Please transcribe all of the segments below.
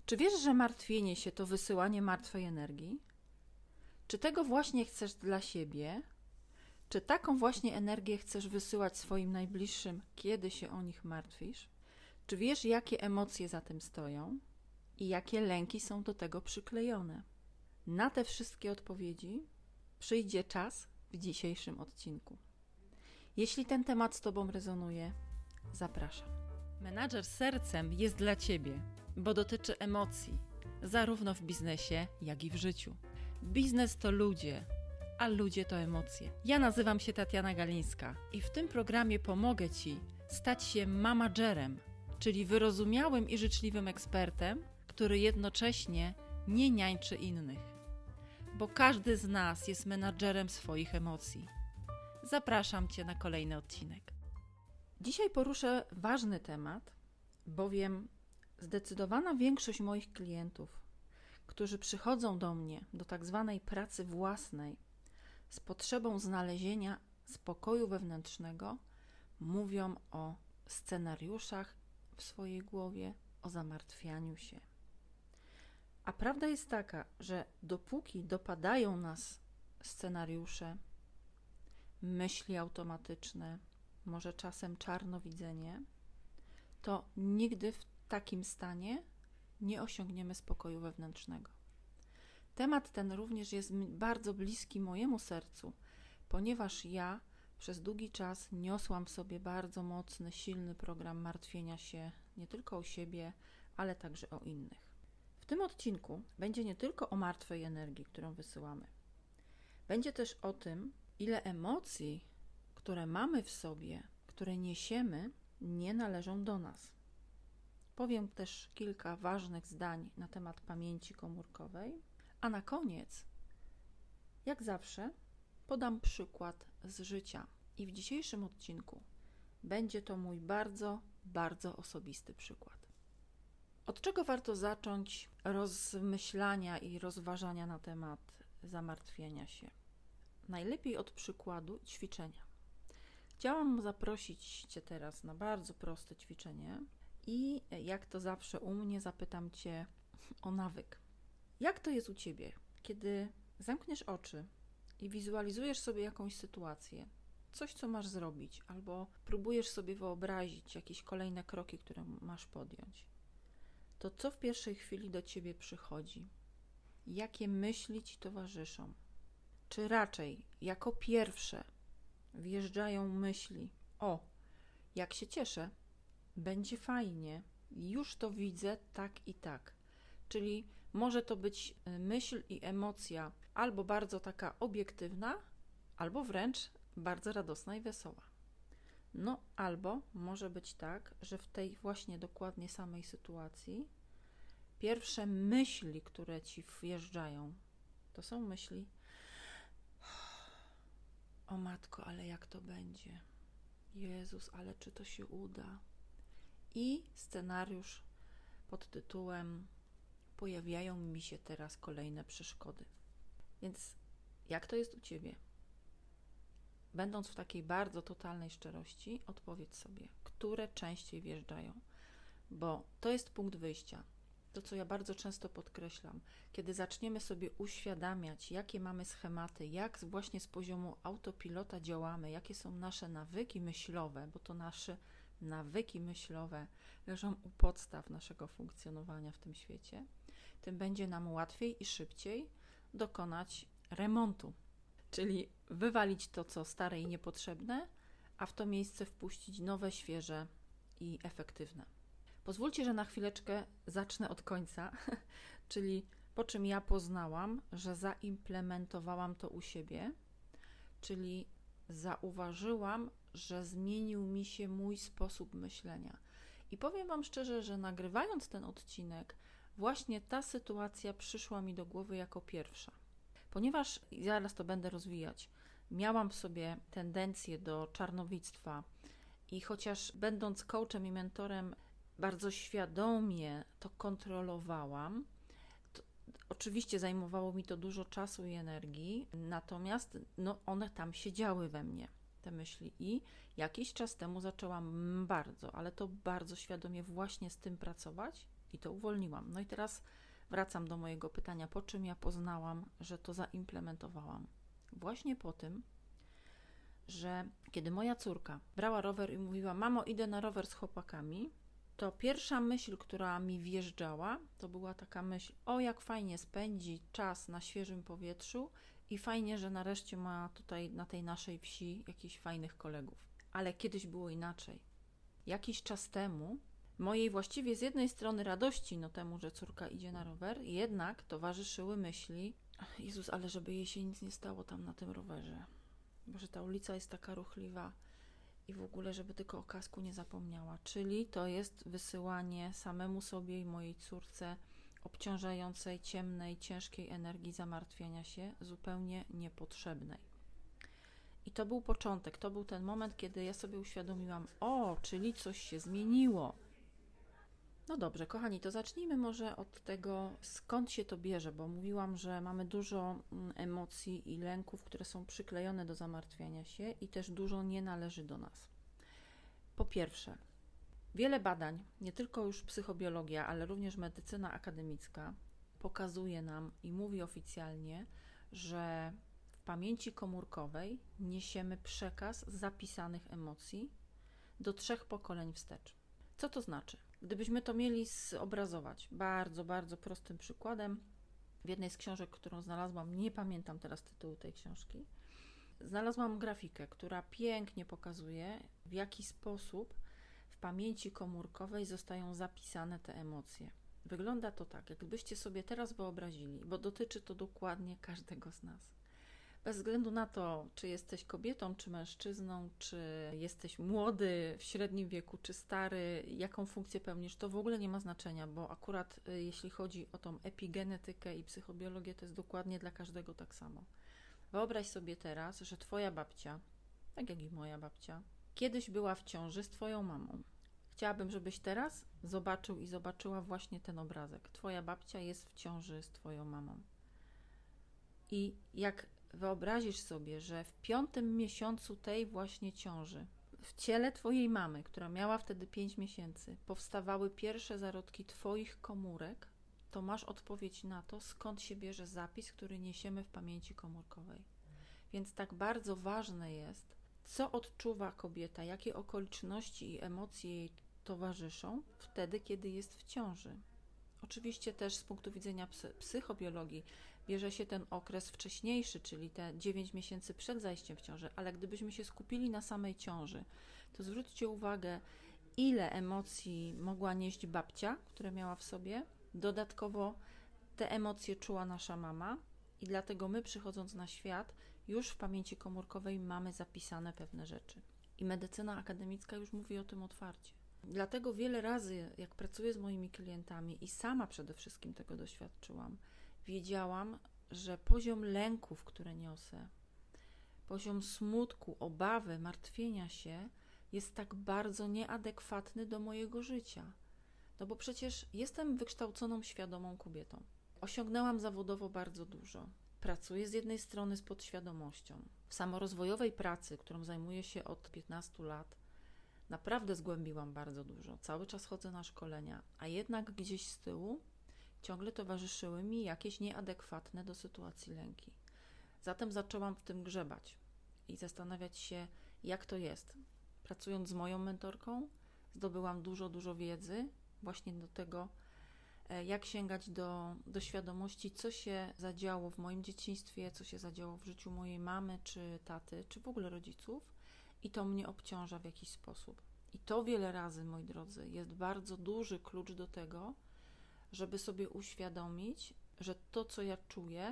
Czy wiesz, że martwienie się to wysyłanie martwej energii? Czy tego właśnie chcesz dla siebie? Czy taką właśnie energię chcesz wysyłać swoim najbliższym, kiedy się o nich martwisz? Czy wiesz, jakie emocje za tym stoją i jakie lęki są do tego przyklejone? Na te wszystkie odpowiedzi przyjdzie czas w dzisiejszym odcinku. Jeśli ten temat z Tobą rezonuje, zapraszam. Menadżer z sercem jest dla Ciebie, bo dotyczy emocji, zarówno w biznesie, jak i w życiu. Biznes to ludzie, a ludzie to emocje. Ja nazywam się Tatiana Galińska i w tym programie pomogę Ci stać się managerem, czyli wyrozumiałym i życzliwym ekspertem, który jednocześnie nie niańczy innych. Bo każdy z nas jest menadżerem swoich emocji. Zapraszam Cię na kolejny odcinek. Dzisiaj poruszę ważny temat, bowiem zdecydowana większość moich klientów, którzy przychodzą do mnie do tak zwanej pracy własnej z potrzebą znalezienia spokoju wewnętrznego, mówią o scenariuszach w swojej głowie, o zamartwianiu się. A prawda jest taka, że dopóki dopadają nas scenariusze, myśli automatyczne, może czasem czarnowidzenie, to nigdy w takim stanie nie osiągniemy spokoju wewnętrznego. Temat ten również jest bardzo bliski mojemu sercu, ponieważ ja przez długi czas niosłam w sobie bardzo mocny, silny program martwienia się nie tylko o siebie, ale także o innych. W tym odcinku będzie nie tylko o martwej energii, którą wysyłamy. Będzie też o tym, ile emocji, które mamy w sobie, które niesiemy, nie należą do nas. Powiem też kilka ważnych zdań na temat pamięci komórkowej, a na koniec, jak zawsze, podam przykład z życia. I w dzisiejszym odcinku będzie to mój bardzo, bardzo osobisty przykład. Od czego warto zacząć rozmyślania i rozważania na temat zamartwienia się? Najlepiej od przykładu ćwiczenia. Chciałam zaprosić Cię teraz na bardzo proste ćwiczenie i jak to zawsze u mnie zapytam Cię o nawyk. Jak to jest u Ciebie, kiedy zamkniesz oczy i wizualizujesz sobie jakąś sytuację, coś co masz zrobić, albo próbujesz sobie wyobrazić jakieś kolejne kroki, które masz podjąć, to co w pierwszej chwili do Ciebie przychodzi? Jakie myśli Ci towarzyszą? Czy raczej jako pierwsze wjeżdżają myśli: o, jak się cieszę, będzie fajnie, już to widzę tak i tak. Czyli może to być myśl i emocja albo bardzo taka obiektywna, albo wręcz bardzo radosna i wesoła. No albo może być tak, że w tej właśnie dokładnie samej sytuacji pierwsze myśli, które Ci wjeżdżają, to są myśli: o matko, ale jak to będzie? Jezus, ale czy to się uda? I scenariusz pod tytułem: pojawiają mi się teraz kolejne przeszkody. Więc jak to jest u Ciebie? Będąc w takiej bardzo totalnej szczerości, odpowiedz sobie, które częściej wjeżdżają, bo to jest punkt wyjścia. To, co ja bardzo często podkreślam, kiedy zaczniemy sobie uświadamiać, jakie mamy schematy, jak właśnie z poziomu autopilota działamy, jakie są nasze nawyki myślowe, bo to nasze nawyki myślowe leżą u podstaw naszego funkcjonowania w tym świecie, tym będzie nam łatwiej i szybciej dokonać remontu, czyli wywalić to, co stare i niepotrzebne, a w to miejsce wpuścić nowe, świeże i efektywne. Pozwólcie, że na chwileczkę zacznę od końca, czyli po czym ja poznałam, że zaimplementowałam to u siebie, czyli zauważyłam, że zmienił mi się mój sposób myślenia. I powiem Wam szczerze, że nagrywając ten odcinek, właśnie ta sytuacja przyszła mi do głowy jako pierwsza. Ponieważ, zaraz to będę rozwijać, miałam w sobie tendencję do czarnowictwa i chociaż będąc coachem i mentorem bardzo świadomie to kontrolowałam, to oczywiście zajmowało mi to dużo czasu i energii, natomiast one tam siedziały we mnie, te myśli, i jakiś czas temu zaczęłam ale to bardzo świadomie właśnie z tym pracować I to uwolniłam. No i teraz wracam do mojego pytania, po czym ja poznałam, że to zaimplementowałam. Właśnie po tym, że kiedy moja córka brała rower i mówiła: mamo, idę na rower z chłopakami, to pierwsza myśl, która mi wjeżdżała, to była taka myśl: o, jak fajnie spędzi czas na świeżym powietrzu i fajnie, że nareszcie ma tutaj na tej naszej wsi jakichś fajnych kolegów. Ale kiedyś było inaczej. Jakiś czas temu mojej właściwie z jednej strony radości temu, że córka idzie na rower, jednak towarzyszyły myśli: Jezus, ale żeby jej się nic nie stało tam na tym rowerze, bo że ta ulica jest taka ruchliwa i w ogóle, żeby tylko o kasku nie zapomniała. Czyli to jest wysyłanie samemu sobie i mojej córce obciążającej, ciemnej, ciężkiej energii zamartwiania się, zupełnie niepotrzebnej. I to był początek, to był ten moment, kiedy ja sobie uświadomiłam: o, czyli coś się zmieniło. No dobrze, kochani, to zacznijmy może od tego, skąd się to bierze, bo mówiłam, że mamy dużo emocji i lęków, które są przyklejone do zamartwiania się i też dużo nie należy do nas. Po pierwsze, wiele badań, nie tylko już psychobiologia, ale również medycyna akademicka pokazuje nam i mówi oficjalnie, że w pamięci komórkowej niesiemy przekaz zapisanych emocji do 3 pokoleń wstecz. Co to znaczy? Gdybyśmy to mieli zobrazować bardzo, bardzo prostym przykładem, w jednej z książek, którą znalazłam, nie pamiętam teraz tytułu tej książki, znalazłam grafikę, która pięknie pokazuje, w jaki sposób w pamięci komórkowej zostają zapisane te emocje. Wygląda to tak, jakbyście sobie teraz wyobrazili, bo dotyczy to dokładnie każdego z nas. Bez względu na to, czy jesteś kobietą, czy mężczyzną, czy jesteś młody, w średnim wieku, czy stary, jaką funkcję pełnisz, to w ogóle nie ma znaczenia, bo akurat jeśli chodzi o tą epigenetykę i psychobiologię, to jest dokładnie dla każdego tak samo. Wyobraź sobie teraz, że twoja babcia, tak jak i moja babcia, kiedyś była w ciąży z twoją mamą. Chciałabym, żebyś teraz zobaczył i zobaczyła właśnie ten obrazek. Twoja babcia jest w ciąży z twoją mamą. I jak wyobrazisz sobie, że w 5. miesiącu tej właśnie ciąży, w ciele twojej mamy, która miała wtedy 5 miesięcy, powstawały pierwsze zarodki twoich komórek, to masz odpowiedź na to, skąd się bierze zapis, który niesiemy w pamięci komórkowej. Więc tak bardzo ważne jest, co odczuwa kobieta, jakie okoliczności i emocje jej towarzyszą wtedy, kiedy jest w ciąży. Oczywiście też z punktu widzenia psychobiologii bierze się ten okres wcześniejszy, czyli te 9 miesięcy przed zajściem w ciążę, ale gdybyśmy się skupili na samej ciąży, to zwróćcie uwagę, ile emocji mogła nieść babcia, która miała w sobie. Dodatkowo te emocje czuła nasza mama i dlatego my, przychodząc na świat, już w pamięci komórkowej mamy zapisane pewne rzeczy. I medycyna akademicka już mówi o tym otwarcie. Dlatego wiele razy, jak pracuję z moimi klientami i sama przede wszystkim tego doświadczyłam, wiedziałam, że poziom lęków, które niosę, poziom smutku, obawy, martwienia się jest tak bardzo nieadekwatny do mojego życia. No bo przecież jestem wykształconą, świadomą kobietą. Osiągnęłam zawodowo bardzo dużo. Pracuję z jednej strony z podświadomością. W samorozwojowej pracy, którą zajmuję się od 15 lat, naprawdę zgłębiłam bardzo dużo. Cały czas chodzę na szkolenia, a jednak gdzieś z tyłu ciągle towarzyszyły mi jakieś nieadekwatne do sytuacji lęki. Zatem zaczęłam w tym grzebać i zastanawiać się, jak to jest. Pracując z moją mentorką, zdobyłam dużo wiedzy właśnie do tego, jak sięgać do świadomości, co się zadziało w moim dzieciństwie, co się zadziało w życiu mojej mamy, czy taty, czy w ogóle rodziców, i to mnie obciąża w jakiś sposób. I to wiele razy, moi drodzy, jest bardzo duży klucz do tego, żeby sobie uświadomić, że to, co ja czuję,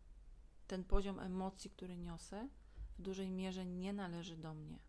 ten poziom emocji, który niosę, w dużej mierze nie należy do mnie.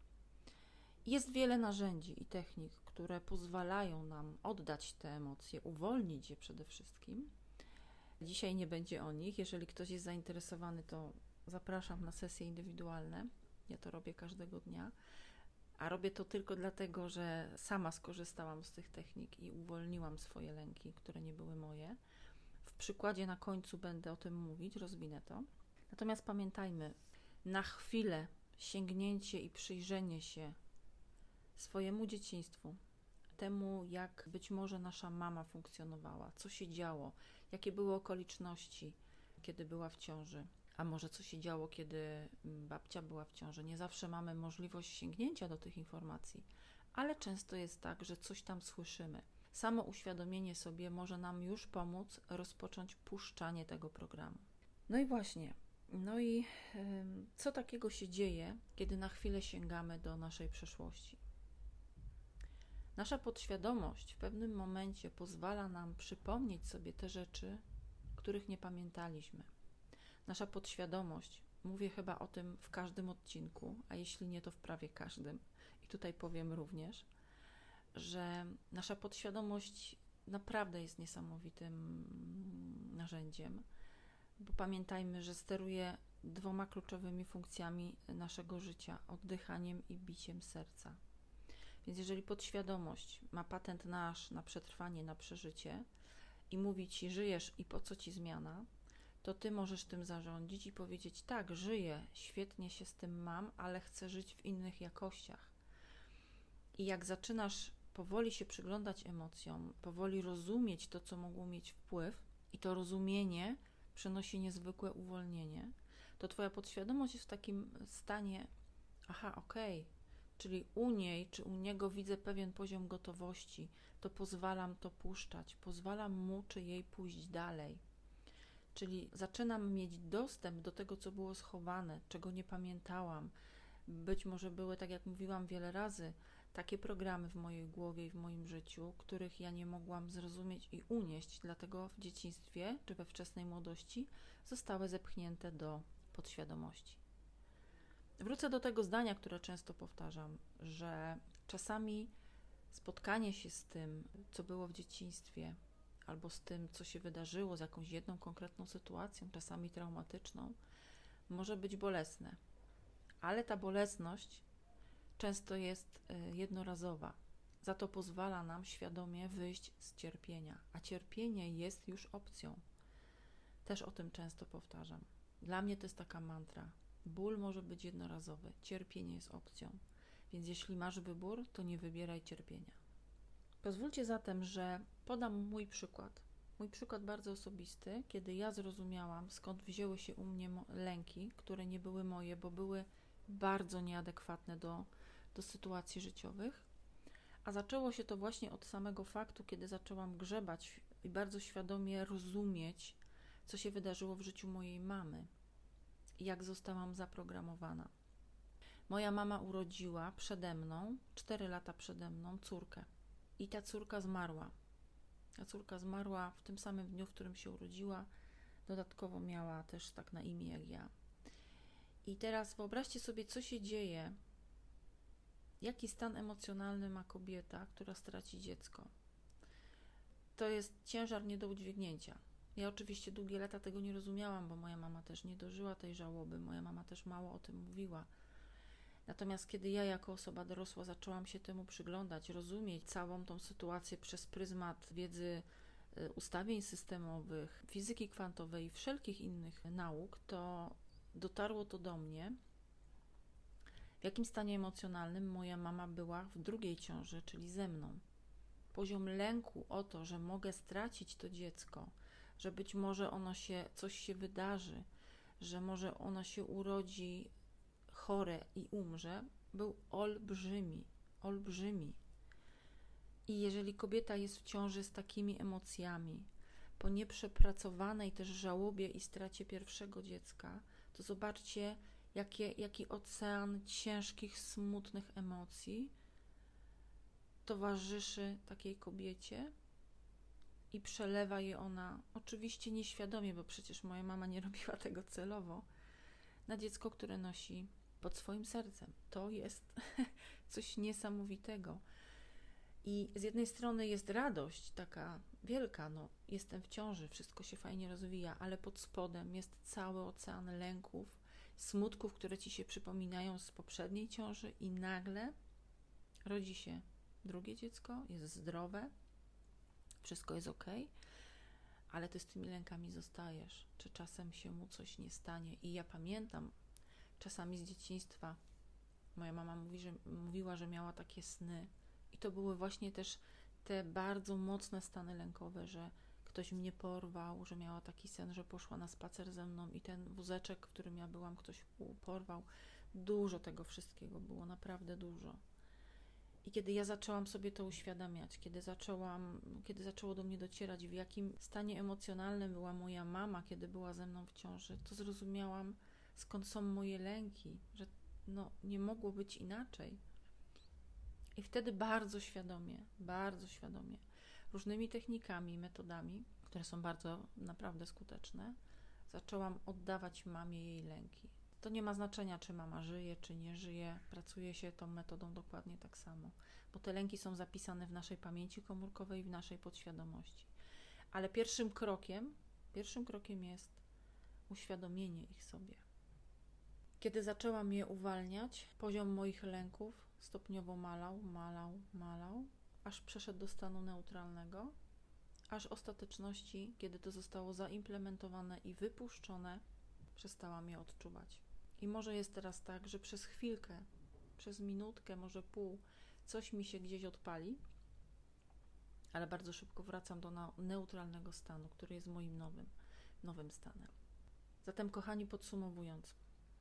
Jest wiele narzędzi i technik, które pozwalają nam oddać te emocje, uwolnić je przede wszystkim. Dzisiaj nie będzie o nich. Jeżeli ktoś jest zainteresowany, to zapraszam na sesje indywidualne. Ja to robię każdego dnia, a robię to tylko dlatego, że sama skorzystałam z tych technik i uwolniłam swoje lęki, które nie były moje. W przykładzie na końcu będę o tym mówić, rozwinę to. Natomiast pamiętajmy, na chwilę sięgnięcie i przyjrzenie się swojemu dzieciństwu, temu, jak być może nasza mama funkcjonowała, co się działo, jakie były okoliczności, kiedy była w ciąży, a może co się działo, kiedy babcia była w ciąży. Nie zawsze mamy możliwość sięgnięcia do tych informacji, ale często jest tak, że coś tam słyszymy. Samo uświadomienie sobie może nam już pomóc rozpocząć puszczanie tego programu. No i właśnie, co takiego się dzieje, kiedy na chwilę sięgamy do naszej przeszłości? Nasza podświadomość w pewnym momencie pozwala nam przypomnieć sobie te rzeczy, których nie pamiętaliśmy. Nasza podświadomość, mówię chyba o tym w każdym odcinku, a jeśli nie, to w prawie każdym, i tutaj powiem również, że nasza podświadomość naprawdę jest niesamowitym narzędziem, bo pamiętajmy, że steruje 2 kluczowymi funkcjami naszego życia: oddychaniem i biciem serca. Więc jeżeli podświadomość ma patent nasz na przetrwanie, na przeżycie i mówi Ci: żyjesz i po co Ci zmiana, to Ty możesz tym zarządzić i powiedzieć: tak, żyję, świetnie się z tym mam, ale chcę żyć w innych jakościach. I jak zaczynasz powoli się przyglądać emocjom, powoli rozumieć to, co mogło mieć wpływ, i to rozumienie przynosi niezwykłe uwolnienie, to Twoja podświadomość jest w takim stanie: aha, okej, czyli u niej czy u niego widzę pewien poziom gotowości, to pozwalam to puszczać, pozwalam mu czy jej pójść dalej. Czyli zaczynam mieć dostęp do tego, co było schowane, czego nie pamiętałam. Być może były, tak jak mówiłam wiele razy, takie programy w mojej głowie i w moim życiu, których ja nie mogłam zrozumieć i unieść, dlatego w dzieciństwie czy we wczesnej młodości zostały zepchnięte do podświadomości. Wrócę do tego zdania, które często powtarzam, że czasami spotkanie się z tym, co było w dzieciństwie, albo z tym, co się wydarzyło, z jakąś jedną konkretną sytuacją, czasami traumatyczną, może być bolesne. Ale ta bolesność często jest jednorazowa. Za to pozwala nam świadomie wyjść z cierpienia, a cierpienie jest już opcją. Też o tym często powtarzam. Dla mnie to jest taka mantra. Ból może być jednorazowy, cierpienie jest opcją. Więc jeśli masz wybór, to nie wybieraj cierpienia. Pozwólcie zatem, że podam mój przykład. Mój przykład bardzo osobisty, kiedy ja zrozumiałam, skąd wzięły się u mnie lęki, które nie były moje, bo były bardzo nieadekwatne do sytuacji życiowych. A zaczęło się to właśnie od samego faktu, kiedy zaczęłam grzebać i bardzo świadomie rozumieć, co się wydarzyło w życiu mojej mamy i jak zostałam zaprogramowana. Moja mama urodziła przede mną, 4 lata przede mną, córkę. I ta córka zmarła. Ta córka zmarła w tym samym dniu, w którym się urodziła. Dodatkowo miała też tak na imię jak ja. I teraz wyobraźcie sobie, co się dzieje, jaki stan emocjonalny ma kobieta, która straci dziecko. To jest ciężar nie do udźwignięcia. Ja oczywiście długie lata tego nie rozumiałam, bo moja mama też nie dożyła tej żałoby, moja mama też mało o tym mówiła. Natomiast kiedy ja jako osoba dorosła zaczęłam się temu przyglądać, rozumieć całą tą sytuację przez pryzmat wiedzy, ustawień systemowych, fizyki kwantowej i wszelkich innych nauk, to dotarło to do mnie, w jakim stanie emocjonalnym moja mama była w drugiej ciąży, czyli ze mną. Poziom lęku o to, że mogę stracić to dziecko, że być może coś się wydarzy, że może ono się urodzi chore i umrze, był olbrzymi, olbrzymi. I jeżeli kobieta jest w ciąży z takimi emocjami, po nieprzepracowanej też żałobie i stracie pierwszego dziecka, to zobaczcie, jaki ocean ciężkich, smutnych emocji towarzyszy takiej kobiecie i przelewa je ona, oczywiście nieświadomie, bo przecież moja mama nie robiła tego celowo, na dziecko, które nosi pod swoim sercem. To jest coś niesamowitego. I z jednej strony jest radość taka wielka, jestem w ciąży, wszystko się fajnie rozwija, ale pod spodem jest cały ocean lęków, smutków, które ci się przypominają z poprzedniej ciąży i nagle rodzi się drugie dziecko, jest zdrowe, wszystko jest okej, ale ty z tymi lękami zostajesz. Czy czasem się mu coś nie stanie? I ja pamiętam czasami z dzieciństwa, moja mama mówiła, że miała takie sny i to były właśnie też te bardzo mocne stany lękowe, że ktoś mnie porwał, że miała taki sen, że poszła na spacer ze mną i ten wózeczek, w którym ja byłam, ktoś porwał. Dużo tego wszystkiego było, naprawdę dużo. I kiedy ja zaczęłam sobie to uświadamiać, kiedy zaczęło do mnie docierać, w jakim stanie emocjonalnym była moja mama, kiedy była ze mną w ciąży, to zrozumiałam, skąd są moje lęki, że nie mogło być inaczej. I wtedy bardzo świadomie, różnymi technikami, metodami, które są bardzo naprawdę skuteczne, zaczęłam oddawać mamie jej lęki. To nie ma znaczenia, czy mama żyje, czy nie żyje. Pracuje się tą metodą dokładnie tak samo, bo te lęki są zapisane w naszej pamięci komórkowej i w naszej podświadomości. Ale pierwszym krokiem jest uświadomienie ich sobie. Kiedy zaczęłam je uwalniać, poziom moich lęków stopniowo malał, aż przeszedł do stanu neutralnego, aż ostateczności, kiedy to zostało zaimplementowane i wypuszczone, przestałam je odczuwać. I może jest teraz tak, że przez chwilkę, przez minutkę, może pół, coś mi się gdzieś odpali, ale bardzo szybko wracam do neutralnego stanu, który jest moim nowym stanem. Zatem, kochani, podsumowując,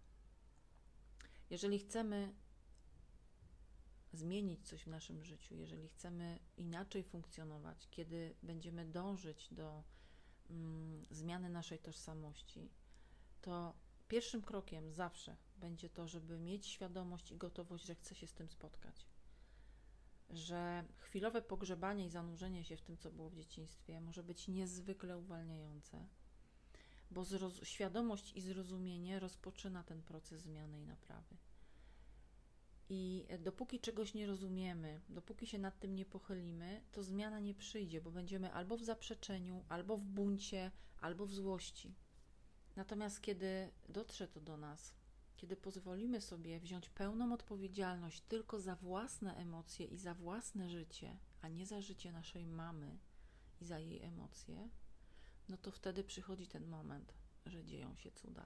jeżeli chcemy zmienić coś w naszym życiu, jeżeli chcemy inaczej funkcjonować, kiedy będziemy dążyć do zmiany naszej tożsamości, to pierwszym krokiem zawsze będzie to, żeby mieć świadomość i gotowość, że chcę się z tym spotkać. Że chwilowe pogrzebanie i zanurzenie się w tym, co było w dzieciństwie, może być niezwykle uwalniające, bo świadomość i zrozumienie rozpoczyna ten proces zmiany i naprawy. I dopóki czegoś nie rozumiemy, dopóki się nad tym nie pochylimy, to zmiana nie przyjdzie, bo będziemy albo w zaprzeczeniu, albo w buncie, albo w złości. Natomiast kiedy dotrze to do nas, kiedy pozwolimy sobie wziąć pełną odpowiedzialność tylko za własne emocje i za własne życie, a nie za życie naszej mamy i za jej emocje, no to wtedy przychodzi ten moment, że dzieją się cuda.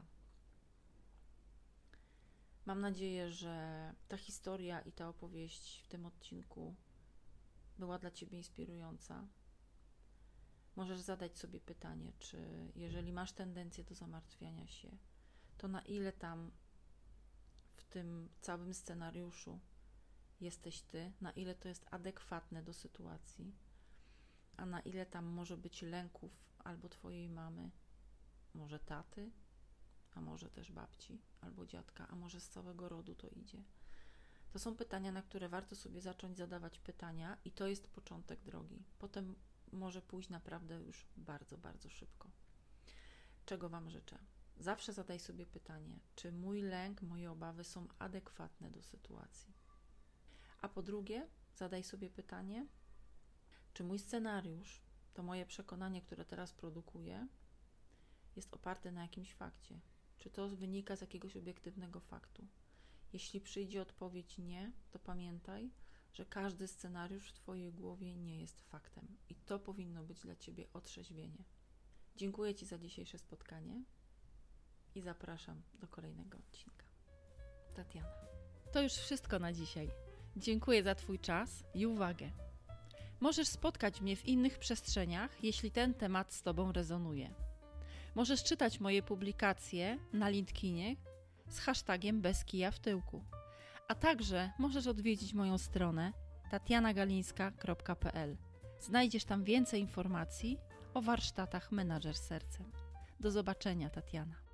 Mam nadzieję, że ta historia i ta opowieść w tym odcinku była dla Ciebie inspirująca. Możesz zadać sobie pytanie, czy jeżeli masz tendencję do zamartwiania się, to na ile tam w tym całym scenariuszu jesteś Ty, na ile to jest adekwatne do sytuacji, a na ile tam może być lęków albo Twojej mamy, może taty, a może też babci albo dziadka, a może z całego rodu to idzie. To są pytania, na które warto sobie zacząć zadawać pytania i to jest początek drogi. Potem może pójść naprawdę już bardzo, bardzo szybko. Czego Wam życzę? Zawsze zadaj sobie pytanie, czy mój lęk, moje obawy są adekwatne do sytuacji. A po drugie, zadaj sobie pytanie, czy mój scenariusz, to moje przekonanie, które teraz produkuję, jest oparte na jakimś fakcie. Czy to wynika z jakiegoś obiektywnego faktu? Jeśli przyjdzie odpowiedź nie, to pamiętaj, że każdy scenariusz w Twojej głowie nie jest faktem. I to powinno być dla Ciebie otrzeźwienie. Dziękuję Ci za dzisiejsze spotkanie i zapraszam do kolejnego odcinka. Tatiana. To już wszystko na dzisiaj. Dziękuję za Twój czas i uwagę. Możesz spotkać mnie w innych przestrzeniach, jeśli ten temat z Tobą rezonuje. Możesz czytać moje publikacje na LinkedInie z hashtagiem bez kija w tyłku. A także możesz odwiedzić moją stronę tatianagalińska.pl. Znajdziesz tam więcej informacji o warsztatach Menadżer Sercem. Do zobaczenia, Tatiana.